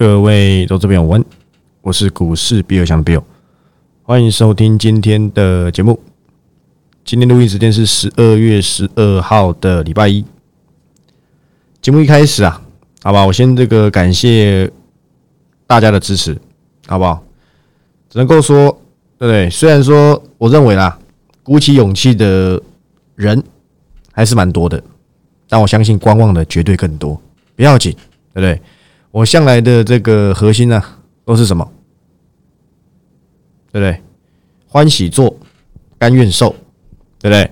各位投资朋友晚安，我是股市比尔强的 Bill， 欢迎收听今天的节目。今天录音时间是12月12号的礼拜一。节目一开始啊，好吧，我先感谢大家的支持，好不好？只能够说，对不对？虽然说我认为啦，鼓起勇气的人还是蛮多的，但我相信观望的绝对更多。不要紧，对不对？我向来的核心啊，都是什么？对不对？欢喜做，甘愿受，对不对？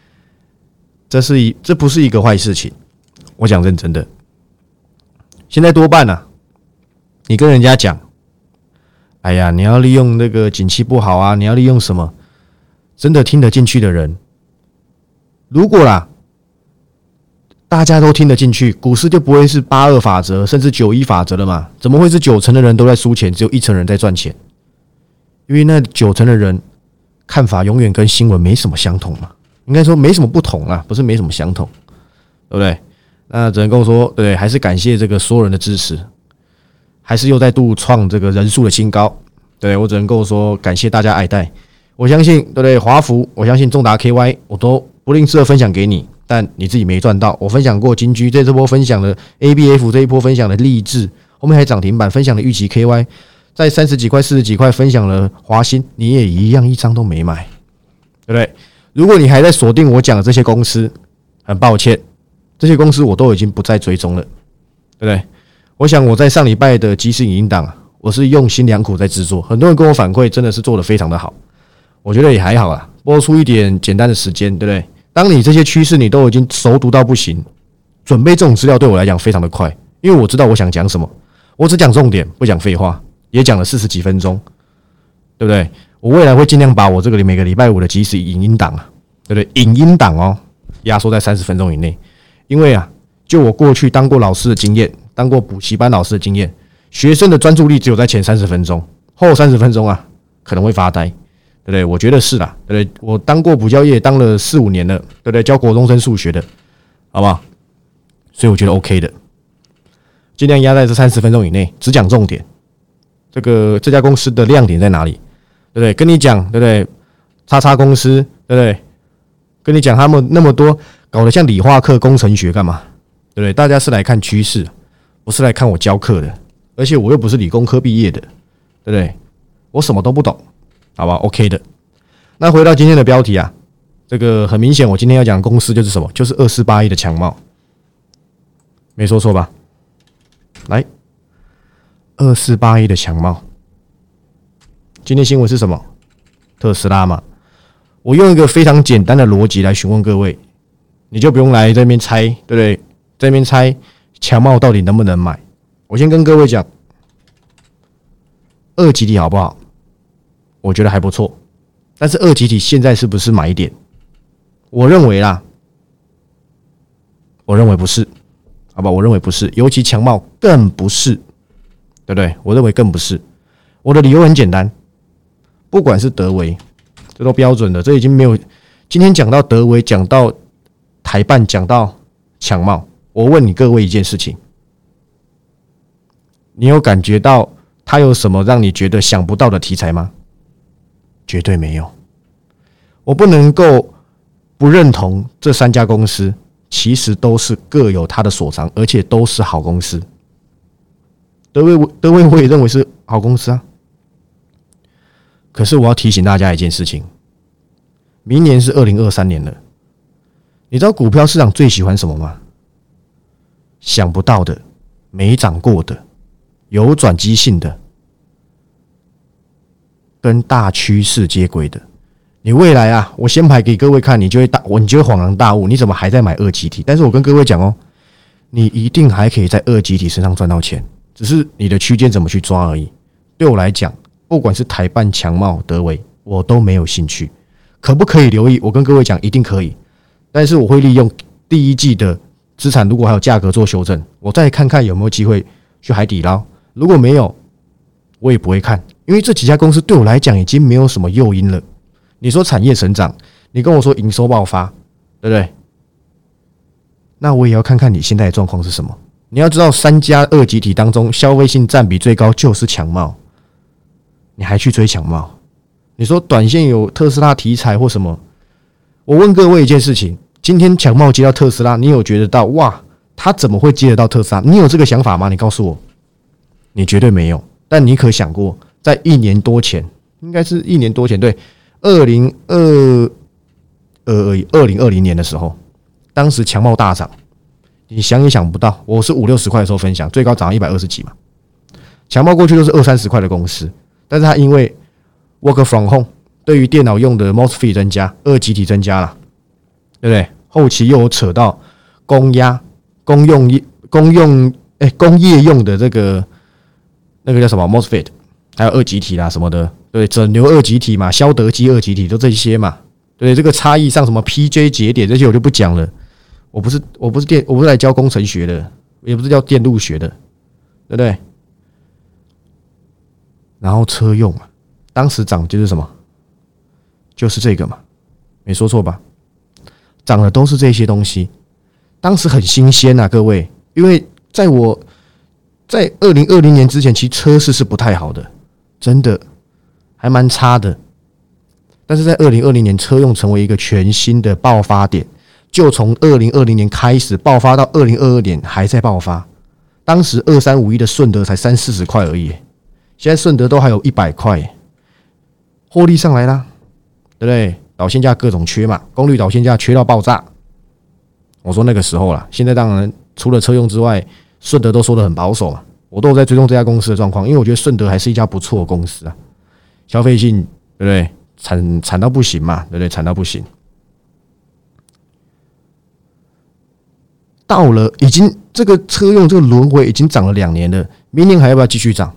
这不是一个坏事情。我讲认真的，现在多半啊，你跟人家讲，哎呀，你要利用景气不好啊，你要利用什么？真的听得进去的人，如果啦，大家都听得进去，股市就不会是82法则，甚至91法则了嘛？怎么会是90%的人都在输钱，只有1%人在赚钱？因为那90%的人看法永远跟新闻没什么相同嘛，应该说没什么不同啦，不是没什么相同，对不对？那只能够说，对，还是感谢所有人的支持，还是又再度创人数的新高。对，我只能够说感谢大家爱戴。我相信，对不对？华孚，我相信重达 KY， 我都不吝啬分享给你，但你自己没赚到。我分享过金居，这波分享了 ABF， 这一波分享了励志，后面还涨停板，分享了预期 KY， 在30几块、40几块分享了华兴，你也一样一张都没买，对不对？如果你还在锁定我讲的这些公司，很抱歉，这些公司我都已经不再追踪了，对不对？我想我在上礼拜的即时影音档啊，我是用心良苦在制作，很多人跟我反馈真的是做得非常的好，我觉得也还好啦，播出一点简单的时间，对不对？当你这些趋势你都已经熟读到不行，准备这种资料对我来讲非常的快，因为我知道我想讲什么，我只讲重点，不讲废话，也讲了40几分钟，对不对？我未来会尽量把我每个礼拜五的即时影音档啊，对不对？影音档哦，压缩在30分钟以内，因为啊，就我过去当过老师的经验，当过补习班老师的经验，学生的专注力只有在前30分钟，后30分钟啊可能会发呆。对不对？我觉得是啦，对不对？我当过补教业，当了4、5年了，对不对？教国中生数学的，好不好？所以我觉得 OK 的，尽量压在这30分钟以内，只讲重点。这家公司的亮点在哪里？对不对？跟你讲，对不对？叉叉公司，对不对？跟你讲他们那么多，搞得像理化课、工程学干嘛？对不对？大家是来看趋势，不是来看我教课的，而且我又不是理工科毕业的，对不对？我什么都不懂。好吧 ，OK 的。那回到今天的标题啊，很明显，我今天要讲的公司就是什么？就是2481的强茂，没说错吧？来，2481的强茂，今天新闻是什么？特斯拉嘛。我用一个非常简单的逻辑来询问各位，你就不用来这边猜，对不对？这边猜强茂到底能不能买？我先跟各位讲，二级体好不好？我觉得还不错，但是二级体现在是不是买点？我认为啦，我认为不是，好吧？我认为不是，尤其强茂更不是，对不对？我认为更不是。我的理由很简单，不管是德微，这都标准的，这已经没有。今天讲到德微，讲到台半，讲到强茂，我问你各位一件事情，你有感觉到它有什么让你觉得想不到的题材吗？绝对没有，我不能够不认同这3家公司其实都是各有它的所长，而且都是好公司。德微我也认为是好公司啊，可是我要提醒大家一件事情，明年是2023年了，你知道股票市场最喜欢什么吗？想不到的，没涨过的，有转机性的，跟大趋势接轨的，你未来啊，我先排给各位看，你就会恍然大悟，你怎么还在买二级体？但是我跟各位讲哦，你一定还可以在二级体身上赚到钱，只是你的区间怎么去抓而已。对我来讲，不管是台半、强茂、德微，我都没有兴趣。可不可以留意？我跟各位讲，一定可以，但是我会利用第一季的资产，如果还有价格做修正，我再看看有没有机会去海底捞。如果没有，我也不会看。因为这几家公司对我来讲已经没有什么诱因了。你说产业成长，你跟我说营收爆发，对不对？那我也要看看你现在的状况是什么。 你要知道3家二级体当中，消费性占比最高就是强茂，你还去追强茂？你说短线有特斯拉题材或什么？我问各位一件事情：今天强茂接到特斯拉，你有觉得到哇？他怎么会接得到特斯拉？你有这个想法吗？你告诉我，你绝对没有。但你可想过，在1年多前，应该是1年多前，对，2020年的时候，当时强茂大涨，你想也想不到，我是50-60块的时候分享，最高涨到120几嘛。强茂过去都是20-30块的公司，但是它因为 work from home， 对于电脑用的 MOSFET 增加，二极体增加了，对不对？后期又有扯到公业用的这个那个叫什么 MOSFET， 还有二极体啦什么的，对，整流二极体嘛，肖德基二极体都这些嘛，对，这个差异上什么 PJ 节点这些我就不讲了，我不是来教工程学的，也不是教电路学的，对不对？然后车用嘛，当时涨就是什么，就是这个嘛，没说错吧？涨的都是这些东西。当时很新鲜啊，各位，因为在2020年之前，其实车市是不太好的，真的还蛮差的。但是在2020年，车用成为一个全新的爆发点，就从2020年开始爆发到2022年还在爆发。当时2351的顺德才30-40块而已，现在顺德都还有100块，获利上来啦，对不对？导线架各种缺嘛，功率导线架缺到爆炸。我说那个时候啦，现在当然除了车用之外，顺德都说得很保守嘛。我都有在追踪这家公司的状况，因为我觉得顺德还是一家不错的公司啊，消费性对不对？惨到不行嘛，对不对？惨到不行。到了已经这个车用这个轮回已经涨了2年了，明年还要不要继续涨？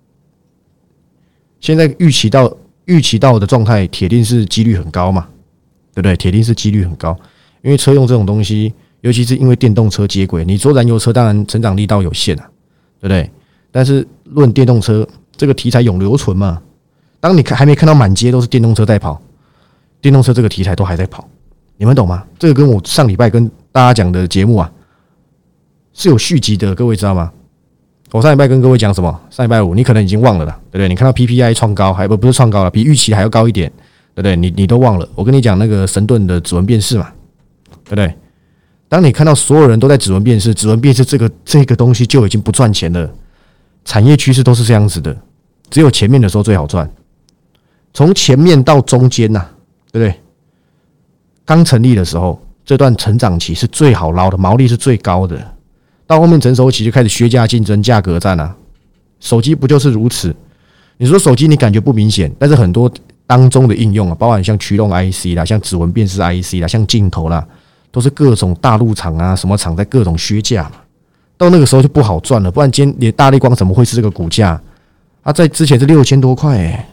现在预期到的状态，铁定是几率很高嘛，对不对？铁定是几率很高。因为车用这种东西，尤其是因为电动车接轨，你说燃油车当然成长力道有限啊，对不对？但是论电动车这个题材永留存嘛，当你还没看到满街都是电动车在跑，电动车这个题材都还在跑，你们懂吗？这个跟我上礼拜跟大家讲的节目啊是有续集的，各位知道吗？我上礼拜跟各位讲什么？上礼拜五你可能已经忘了啦，对不对？你看到 PPI 创高，还不是创高了，比预期还要高一点，对不对？你都忘了？我跟你讲那个神盾的指纹辨识嘛。对不对？当你看到所有人都在指纹辨识，指纹辨识这个东西就已经不赚钱了。产业趋势都是这样子的，只有前面的时候最好赚。从前面到中间呐，对不对？刚成立的时候，这段成长期是最好捞的，毛利是最高的。到后面成熟期就开始削价竞争、价格战啊。手机不就是如此？你说手机你感觉不明显，但是很多当中的应用啊，包含像驱动 IC 啦、像指纹辨识 IC 啦、像镜头啦。都是各种大陆厂啊，什么厂在各种削价嘛，到那个时候就不好赚了。不然今天连大立光怎么会是这个股价？啊，在之前是6000多块欸。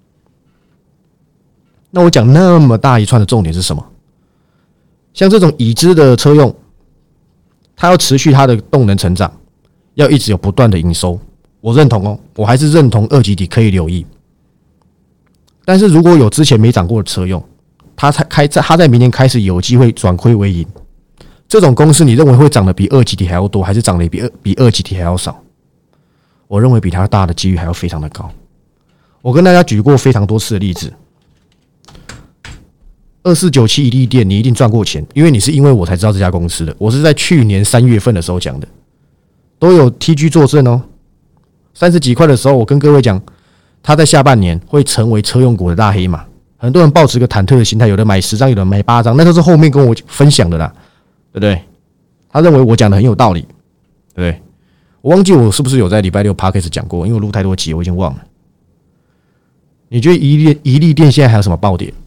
那我讲那么大一串的重点是什么？像这种已知的车用，它要持续它的动能成长，要一直有不断的营收，我认同哦，我还是认同二极体可以留意。但是如果有之前没涨过的车用，它在明年开始有机会转亏为盈，这种公司你认为会涨得比二极体还要多，还是涨得比二极体还要少？我认为比它大的几率还要非常的高。我跟大家举过非常多次的例子，2497一利电你一定赚过钱，因为你是因为我才知道这家公司的，我是在去年3月份的时候讲的，都有 TG 作证哦。30几块的时候，我跟各位讲，它在下半年会成为车用股的大黑马。很多人抱持个忐忑的心态，有的买10张，有的买8张，那都是后面跟我分享的啦，对不对？他认为我讲的很有道理，对不对？我忘记我是不是有在礼拜6 Podcast 讲过，因为我录太多集，我已经忘了。你觉得一利电现在还有什么爆点？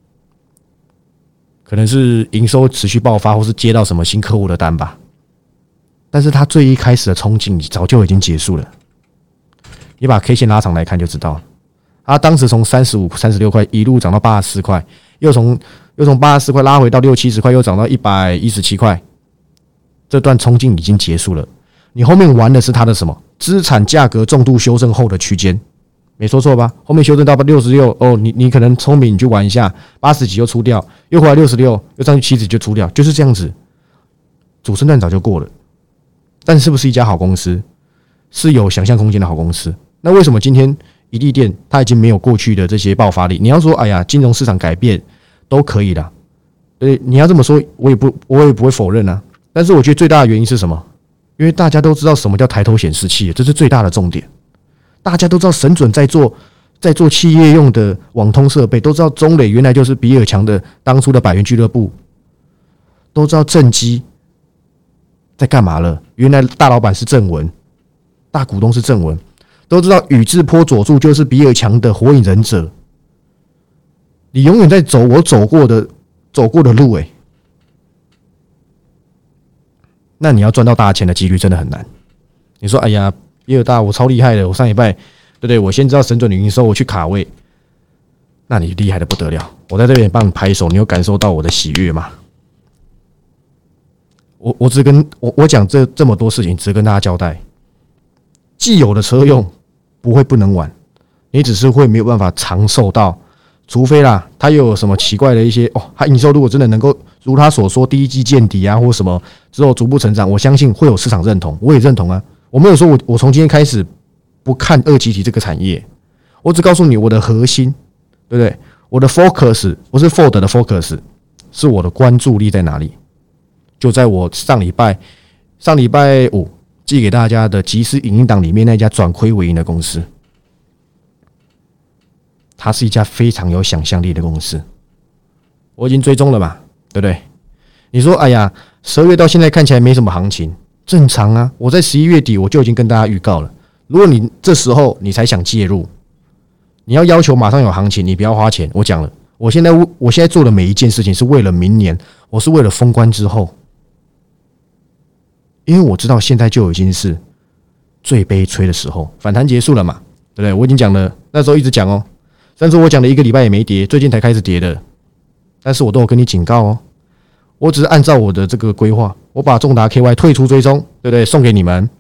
可能是营收持续爆发，或是接到什么新客户的单吧。但是它最一开始的冲劲早就已经结束了。你把 K 线拉长来看就知道了。它当时从35、36块一路涨到84块，又从84块拉回到60、70块，又涨到117块。这段冲劲已经结束了。你后面玩的是它的什么？资产价格重度修正后的区间，没说错吧？后面修正到66，哦，你可能聪明，你去玩一下，80几又出掉，又回来66，又上去70就出掉，就是这样子。主升段早就过了， 但是不是一家好公司，是有想象空间的好公司。那为什么今天一利电它已经没有过去的这些爆发力？你要说哎呀，金融市场改变都可以啦，你要这么说，我也不会否认啊。但是我觉得最大的原因是什么？因为大家都知道什么叫抬头显示器，这是最大的重点。大家都知道神准在做企业用的网通设备，都知道中磊原来就是比尔强的当初的百元俱乐部，都知道正基在干嘛了。原来大老板是正文，大股东是正文，都知道宇智波佐助就是比尔强的火影忍者。你永远在走我走过的路，那你要赚到大钱的几率真的很难。你说，哎呀，比尔大我超厉害的，我上礼拜，对不对？我先知道神准的营收，我去卡位，那你厉害的不得了。我在这边帮你拍手，你有感受到我的喜悦吗？我只跟我讲这么多事情，只跟大家交代，既有的车用不会不能玩，你只是会没有办法长寿到，除非啦，它又有什么奇怪的一些它营收如果真的能够如他所说第一季见底啊，或什么之后逐步成长，我相信会有市场认同，我也认同啊。我没有说我从今天开始不看二极体这个产业，我只告诉你我的核心，对不对？我的 focus 不是 Ford 的 focus， 是我的关注力在哪里？就在我上礼拜五寄给大家的即时影音档里面那家转亏为盈的公司，它是一家非常有想象力的公司，我已经追踪了嘛，对不对？你说，哎呀，12月到现在看起来没什么行情，正常啊。我在11月底我就已经跟大家预告了，如果你这时候你才想介入，你要求马上有行情，你不要花钱。我讲了，我现在做的每一件事情是为了明年，我是为了封关之后，因为我知道现在就已经是最悲催的时候，反弹结束了嘛，对不对？我已经讲了，那时候一直讲哦，甚至我讲了1个礼拜也没跌，最近才开始跌的，但是我都有跟你警告哦，我只是按照我的这个规划，我把重达 KY 退出追踪，对不对？送给你们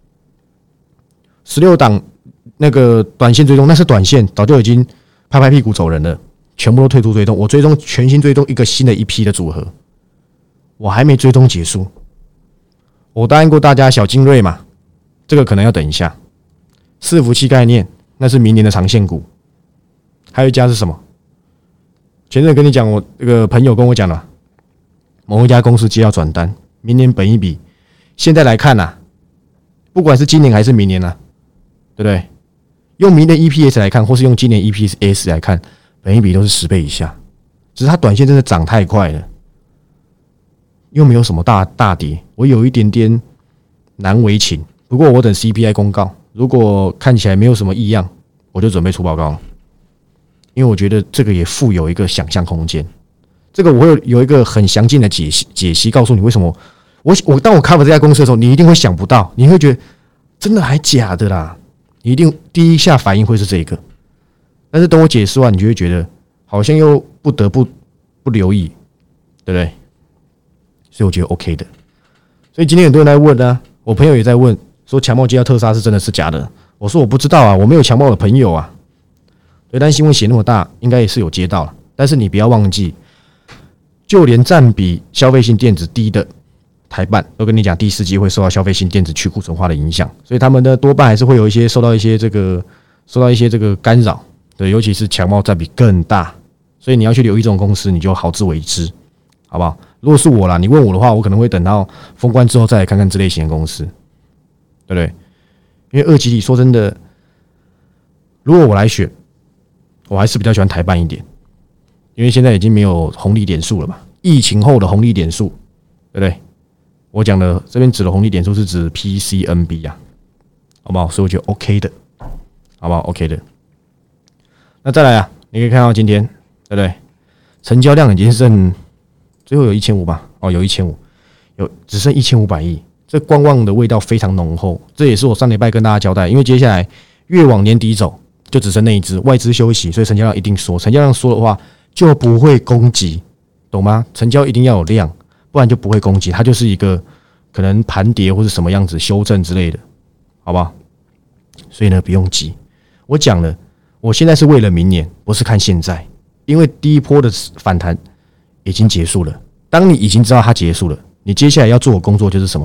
16档那个短线追踪，那是短线，早就已经拍屁股走人了，全部都退出追踪。我追踪全新追踪一个新的一批的组合，我还没追踪结束。我答应过大家小精锐嘛，这个可能要等一下。伺服器概念，那是明年的长线股。还有一家是什么？前阵跟你讲，我这个朋友跟我讲了，某一家公司接要转单，明年本益比，现在来看啊，不管是今年还是明年啊，对不对？用明年 EPS 来看，或是用今年 EPS 来看，本益比都是10倍以下，只是它短线真的涨太快了。又没有什么大跌，我有一点点难为情。不过我等 CPI 公告，如果看起来没有什么异样，我就准备出报告了。因为我觉得这个也富有一个想象空间，这个我会有一个很详尽的解析，告诉你为什么当我 cover 这家公司的时候，你一定会想不到，你会觉得真的还假的啦，你一定第一下反应会是这个，但是等我解释完，你就会觉得好像又不得不留意，对不对？所以我觉得 OK 的。所以今天很多人来问啊，我朋友也在问说强茂接到特斯拉是真的是假的？我说我不知道啊，我没有强茂的朋友啊。对，但新闻写那么大，应该也是有接到了。但是你不要忘记，就连占比消费性电子低的台办都跟你讲，第4季会受到消费性电子去库存化的影响，所以他们的多半还是会有一些受到一些这个干扰。对，尤其是强茂占比更大，所以你要去留意这种公司，你就好自为之，好不好？如果是我啦，你问我的话，我可能会等到封关之后再来看看这类型的公司，对不对？因为二级体说真的，如果我来选，我还是比较喜欢台办一点，因为现在已经没有红利点数了嘛，疫情后的红利点数，对不对？我讲的这边指的红利点数是指 PCNB 啊，好不好？所以我觉得 OK 的，好不好 ？OK 的。那再来啊，你可以看到今天，对不对？成交量已经剩最后有1500吧？有1500，只剩1500亿，这观望的味道非常浓厚。这也是我上礼拜跟大家交代，因为接下来越往年底走，就只剩那一只外资休息，所以成交量一定缩。成交量缩的话，就不会攻击，懂吗？成交一定要有量，不然就不会攻击，它就是一个可能盘跌或是什么样子修正之类的，好不好？所以呢，不用急。我讲了，我现在是为了明年，不是看现在，因为第一波的反弹已经结束了。当你已经知道它结束了，你接下来要做的工作就是什么？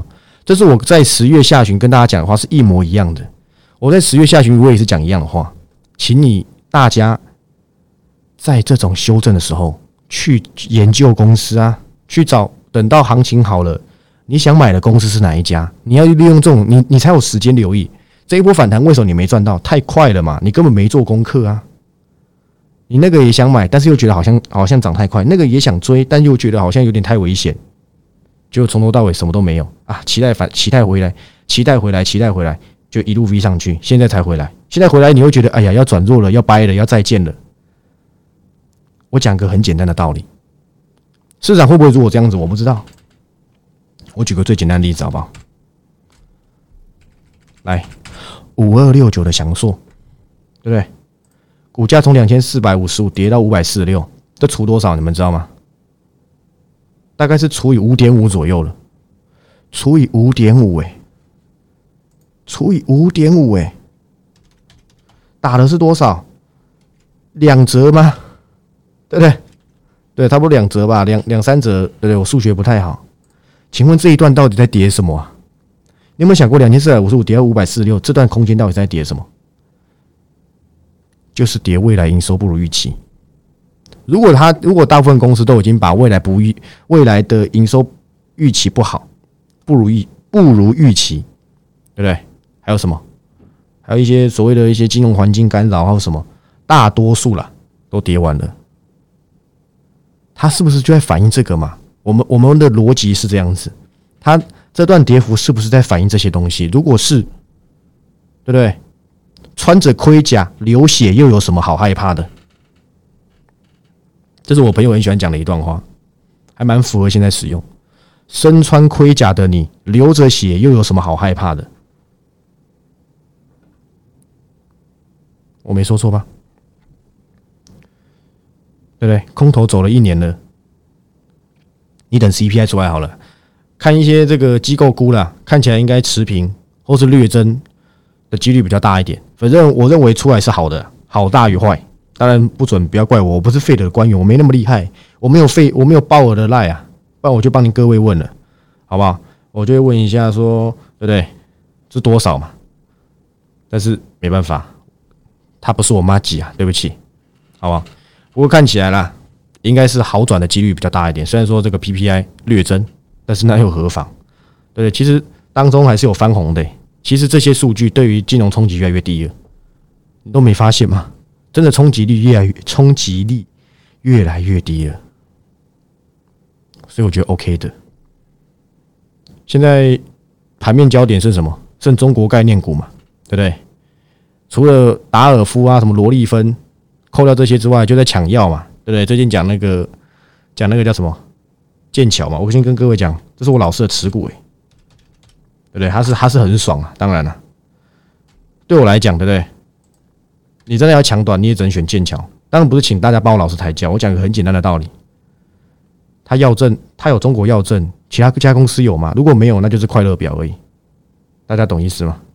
这是我在10月下旬跟大家讲的话是一模一样的。我在10月下旬我也是讲一样的话，请你大家在这种修正的时候去研究公司啊，去找，等到行情好了，你想买的公司是哪一家，你要利用这种你才有时间留意这一波反弹。为什么你没赚到？太快了嘛，你根本没做功课啊。你那个也想买，但是又觉得好像涨太快，那个也想追，但又觉得好像有点太危险，结果从头到尾什么都没有啊！期待回来，期待回来，就一路 V 上去，现在才回来。现在回来你会觉得，哎呀，要转弱了，要掰了，要再见了。我讲个很简单的道理，市场会不会如果这样子，我不知道。我举个最简单的例子好不好？来，5269的祥硕，对不对？股价从2455跌到546，这除多少？你们知道吗？大概是除以 5.5 左右了，除以 5.5 除以 5.5 打的是多少？2折吗？对不对？对，差不多2折吧，两3折，对不对？我数学不太好。请问这一段到底在跌什么啊？你有没有想过2455跌到546，这段空间到底在跌什么？就是跌未来营收不如预期。如果大部分公司都已经把未来的营收预期不好，不如预期，对不对？还有什么？还有一些所谓的一些金融环境干扰，还有什么？大多数啦都跌完了，它是不是就在反映这个嘛？我们的逻辑是这样子，它这段跌幅是不是在反映这些东西？如果是，对不对？穿着盔甲流血又有什么好害怕的？这是我朋友很喜欢讲的一段话，还蛮符合现在使用。身穿盔甲的你，流着血又有什么好害怕的？我没说错吧？对不对？空头走了1年了，你等 CPI 出来好了，看一些这个机构估啦，看起来应该持平或是略增的几率比较大一点。反正我认为出来是好的，好大于坏。当然不准，不要怪我，我不是费的官员，我没那么厉害，我没有爆我的赖啊，不然我就帮您各位问了，好不好？我就会问一下说，对不对？是多少嘛？但是没办法，他不是我妈吉啊，对不起，好不好？不过看起来啦，应该是好转的几率比较大一点。虽然说这个 PPI 略增，但是那又何妨？对不对？其实当中还是有翻红的。其实这些数据对于金融冲击越来越低了，你都没发现吗？真的冲击力越来越低了，所以我觉得 OK 的。现在盘面焦点是什么？剩中国概念股嘛，对不对？除了达尔夫啊、什么罗利芬，扣掉这些之外，就在抢药嘛，对不对？最近讲那个叫什么剑桥嘛，我先跟各位讲，这是我老师的持股对不对？他是很爽啊，当然了，对我来讲，对不对？你真的要抢短，你也只能选剑桥。当然不是请大家帮我老师抬轿，我讲一个很简单的道理。他药证，他有中国药证，其他家公司有吗？如果没有，那就是快乐表而已。大家懂意思吗？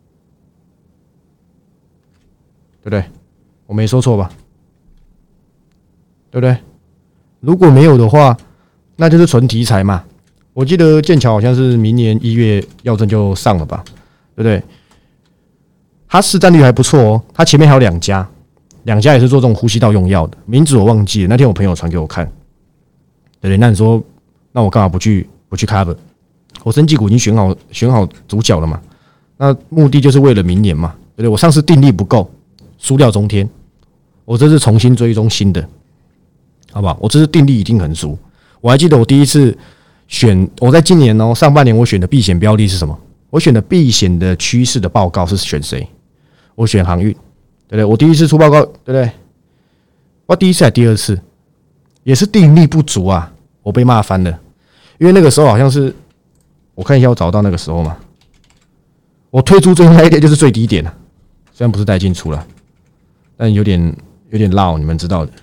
对不对？我没说错吧？对不对？如果没有的话，那就是纯题材嘛。我记得剑桥好像是明年1月药证就上了吧，对不对？它市占率还不错哦，它前面还有2家也是做这种呼吸道用药的，名字我忘记了。那天我朋友传给我看，对不对？那你说，那我干嘛不去 cover？ 我生技股已经选好主角了嘛？那目的就是为了明年嘛，对不对？我上次定力不够，输掉中天，我这次重新追踪新的，好不好？我这次定力一定很熟。我还记得我第一次我在今年上半年我选的避险标的是什么？我选的避险的趋势的报告是选谁？我选航运，对不对？我第一次出报告，对不对？我第一次还第2次，也是定力不足啊，我被骂翻了。因为那个时候好像是，我看一下我找到那个时候嘛，我推出最那一点就是最低点了，虽然不是带进出了，但有点绕，你们知道的。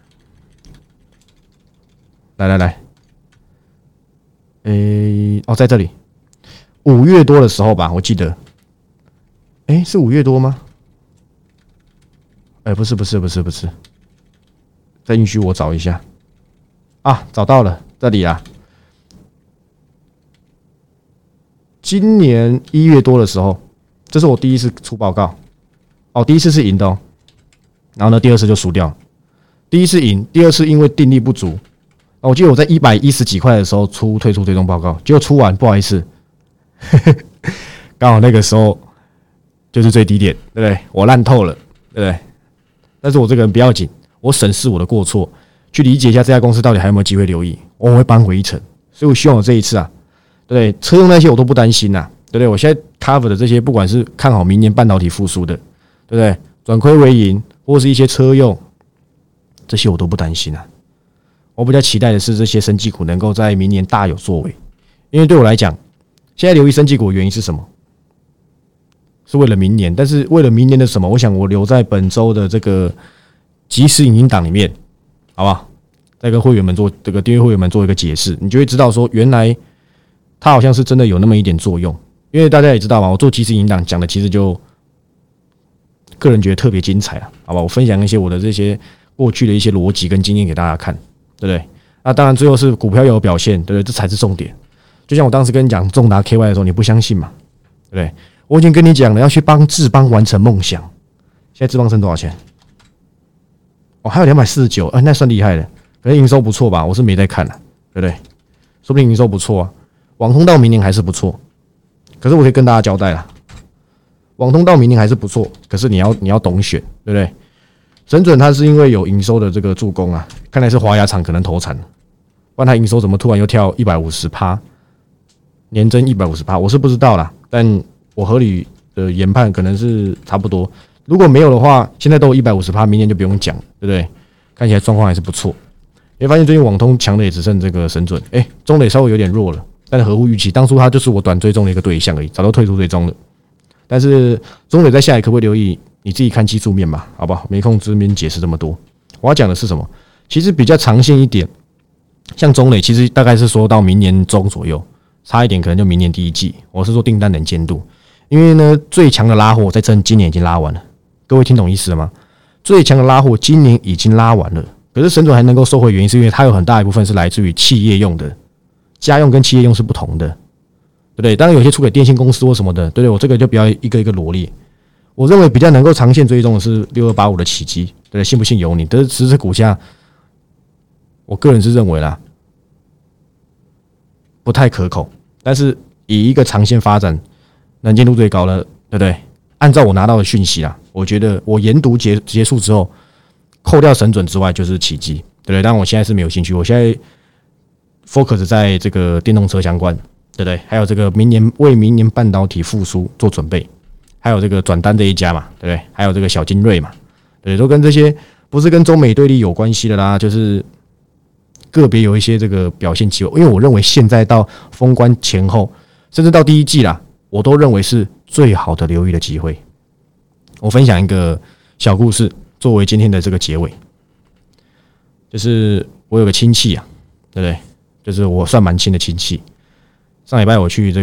来。在这里，5月多的时候吧，我记得，是5月多吗？不是，再允许我找一下啊，找到了，这里啊今年1月多的时候，这是我第一次出报告。第一次是赢的然后呢，第二次就输掉。第一次赢，第二次因为定力不足。我记得我在110几块的时候退出追踪报告，结果出完不好意思，刚好那个时候就是最低点，对不对？我烂透了，对不对？但是我这个人不要紧，我审视我的过错，去理解一下这家公司到底还有没有机会留意，我会扳回一城。所以我希望我这一次对不对？车用那些我都不担心对不对？我现在 cover 的这些，不管是看好明年半导体复苏的，对不对？转亏为盈，或是一些车用，这些我都不担心我比较期待的是这些生技股能够在明年大有作为，因为对我来讲，现在留意生技股的原因是什么？是为了明年，但是为了明年的什么？我想我留在本周的这个即时影音档里面，好不好？再跟会员们做这个订阅会员们做一个解释，你就会知道说，原来它好像是真的有那么一点作用。因为大家也知道嘛，我做即时影音档讲的其实就个人觉得特别精彩好吧？我分享一些我的这些过去的一些逻辑跟经验给大家看。对不对？那当然，最后是股票有表现，对不对？这才是重点。就像我当时跟你讲重达 KY 的时候，你不相信嘛？对不对？我已经跟你讲了，要去帮智邦完成梦想。现在智邦剩多少钱？还有249，那算厉害的。可能营收不错吧？我是没在看对不对？说不定营收不错网通到明年还是不错。可是我可以跟大家交代网通到明年还是不错，可是你要懂选，对不对？神准它是因为有营收的这个助攻看来是华亚厂可能投产，不然它营收怎么突然又跳150%，年增150%，我是不知道啦，但我合理的研判可能是差不多。如果没有的话，现在都有150%，明年就不用讲，对不对？看起来状况还是不错。你会发现最近网通强的也只剩这个神准，中磊稍微有点弱了，但是合乎预期，当初它就是我短追踪的一个对象而已，早都退出追踪了。但是中磊在下一可不可以留意？你自己看技术面吧，好不好？没空这边解释这么多。我要讲的是什么？其实比较长线一点，像中磊，其实大概是说到明年中左右，差一点可能就明年第一季。我是说订单能见度，因为呢最强的拉货在今年已经拉完了，各位听懂意思了吗？最强的拉货今年已经拉完了，可是神准还能够收回，原因是因为它有很大一部分是来自于企业用的，家用跟企业用是不同的，对不对？当然有些出给电信公司或什么的，对不对？我这个就不要一个一个罗列。我认为比较能够长线追踪的是6285的奇迹，对不对？信不信由你。但是此时股价，我个人是认为啦，不太可口。但是以一个长线发展，能见度最高的，对不对？按照我拿到的讯息我觉得我研读结束之后，扣掉神准之外就是奇迹，对不对？但我现在是没有兴趣，我现在 focus 在这个电动车相关，对不对？还有这个为明年半导体复苏做准备。还有这个转单这一家嘛，对不对？还有这个小精锐嘛，对，都跟这些不是跟中美对立有关系的啦，就是个别有一些这个表现机会。因为我认为现在到封关前后，甚至到第一季啦，我都认为是最好的留意的机会。我分享一个小故事作为今天的这个结尾，就是我有个亲戚对不对？就是我算蛮亲的亲戚。上礼拜我去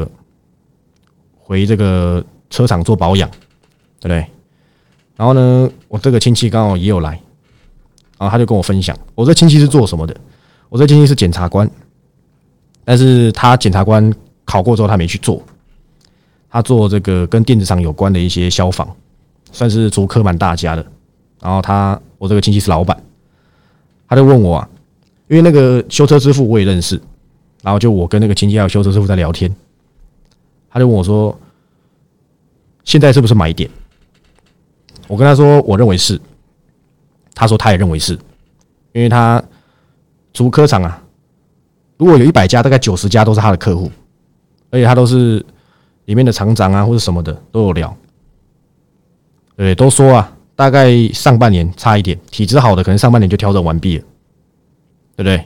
回这个车厂做保养，对不对？然后呢，我这个亲戚刚好也有来，然后他就跟我分享，我这亲戚是做什么的？我这亲戚是检察官，但是他检察官考过之后他没去做，他做这个跟电子厂有关的一些消防，算是竹科蛮大家的。然后我这个亲戚是老板，他就问我因为那个修车师傅我也认识，然后就我跟那个亲戚还有修车师傅在聊天，他就问我说，现在是不是买点？我跟他说，我认为是。他说他也认为是，因为他竹科厂如果有100家，大概90家都是他的客户，而且他都是里面的厂长或者什么的都有聊。对，都说大概上半年差一点，体质好的可能上半年就调整完毕了，对不对？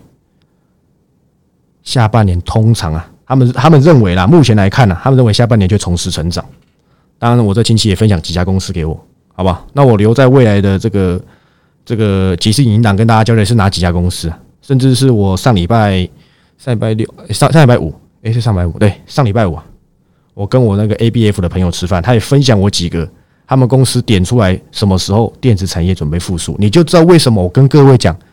下半年通常他们认为啦，目前来看他们认为下半年就重拾成长。当然，我这亲戚也分享几家公司给我，好不好？那我留在未来的这个即时影音档跟大家交代是哪几家公司甚至是我上礼拜六、上礼拜五，是上礼拜五，对，上礼拜五我跟我那个 ABF 的朋友吃饭，他也分享我几个他们公司点出来什么时候电子产业准备复苏，你就知道为什么我跟各位讲，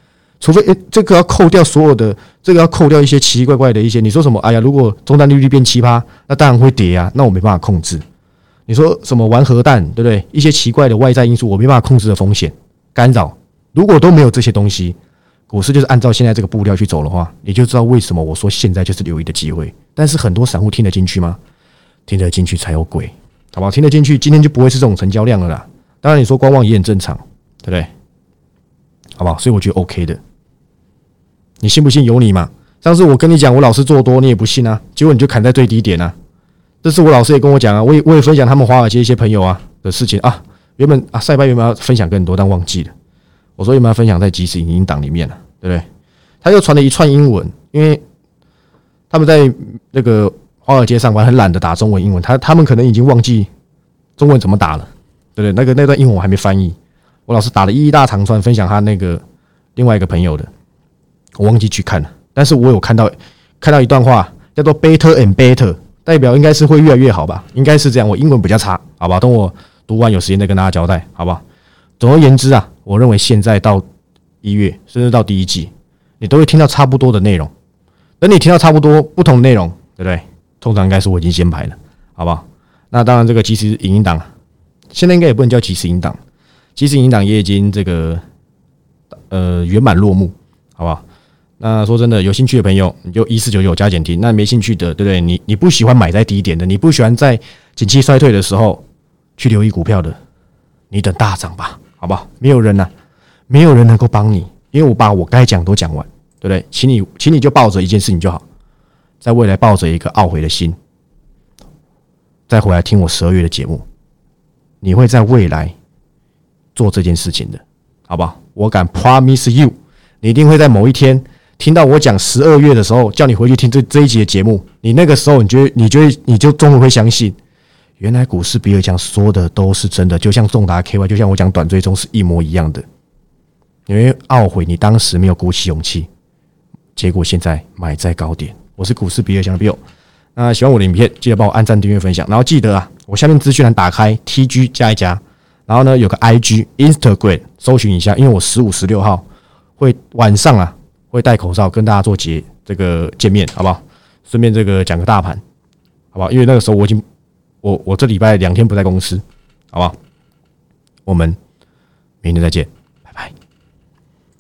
除非这个要扣掉所有的，这个要扣掉一些奇奇怪怪的一些，你说什么？哎呀，如果终端利率变7%，那当然会跌啊，那我没办法控制。你说什么玩核弹，对不对？一些奇怪的外在因素，我没办法控制的风险干扰，如果都没有这些东西，股市就是按照现在这个步调去走的话，你就知道为什么我说现在就是留意的机会。但是很多散户听得进去吗？听得进去才有鬼，好不好？听得进去，今天就不会是这种成交量了啦。当然，你说观望也很正常，对不对？好不好？所以我觉得 OK 的。你信不信由你嘛。上次我跟你讲，我老是做多，你也不信啊，结果你就砍在最低点啊。这次我老师也跟我讲啊，我也分享他们华尔街一些朋友啊的事情啊。原本啊，赛拜原本要分享更多，但忘记了。我说有没有分享在即时影音档里面啊，对不对？他又传了一串英文，因为他们在那个华尔街上班，很懒得打中文英文，他们可能已经忘记中文怎么打了，对不对？那段英文我还没翻译，我老师打了一大长串分享他那个另外一个朋友的，我忘记去看了，但是我有看到一段话，叫做 better and better， 代表应该是会越来越好吧，应该是这样。我英文比较差，好吧，等我读完有时间再跟大家交代，好不好？总而言之啊，我认为现在到1月，甚至到第1季，你都会听到差不多的内容。等你听到差不多不同的内容，对不对？通常应该是我已经先排了，好不好？那当然，这个即时影音档现在应该也不能叫即时影音档，即时影音档也已经这个圆满落幕，好不好？那说真的，有兴趣的朋友，你就1499加减听；那没兴趣的，对不对？你不喜欢买在低点的，你不喜欢在景气衰退的时候去留意股票的，你等大涨吧，好不好？没有人能够帮你，因为我把我该讲都讲完，对不对？请你就抱着一件事情就好，在未来抱着一个懊悔的心，再回来听我12月的节目，你会在未来做这件事情的，好不好？我敢 promise you， 你一定会在某一天听到我讲12月的时候，叫你回去听这一集的节目，你那个时候你就终于会相信，原来股市比尔强说的都是真的，就像重达 KY， 就像我讲短追踪是一模一样的。你会懊悔你当时没有鼓起勇气，结果现在买在高点。我是股市比尔强的 Bill， 那喜欢我的影片，记得帮我按赞、订阅、分享，然后记得啊，我下面资讯栏打开 TG 加一加，然后呢有个 IG、Instagram 搜寻一下，因为我15、16号会晚上啊会戴口罩跟大家做这个见面，好不好？顺便这个讲个大盘，好不好？因为那个时候我这礼拜2天不在公司，好不好？我们明天再见。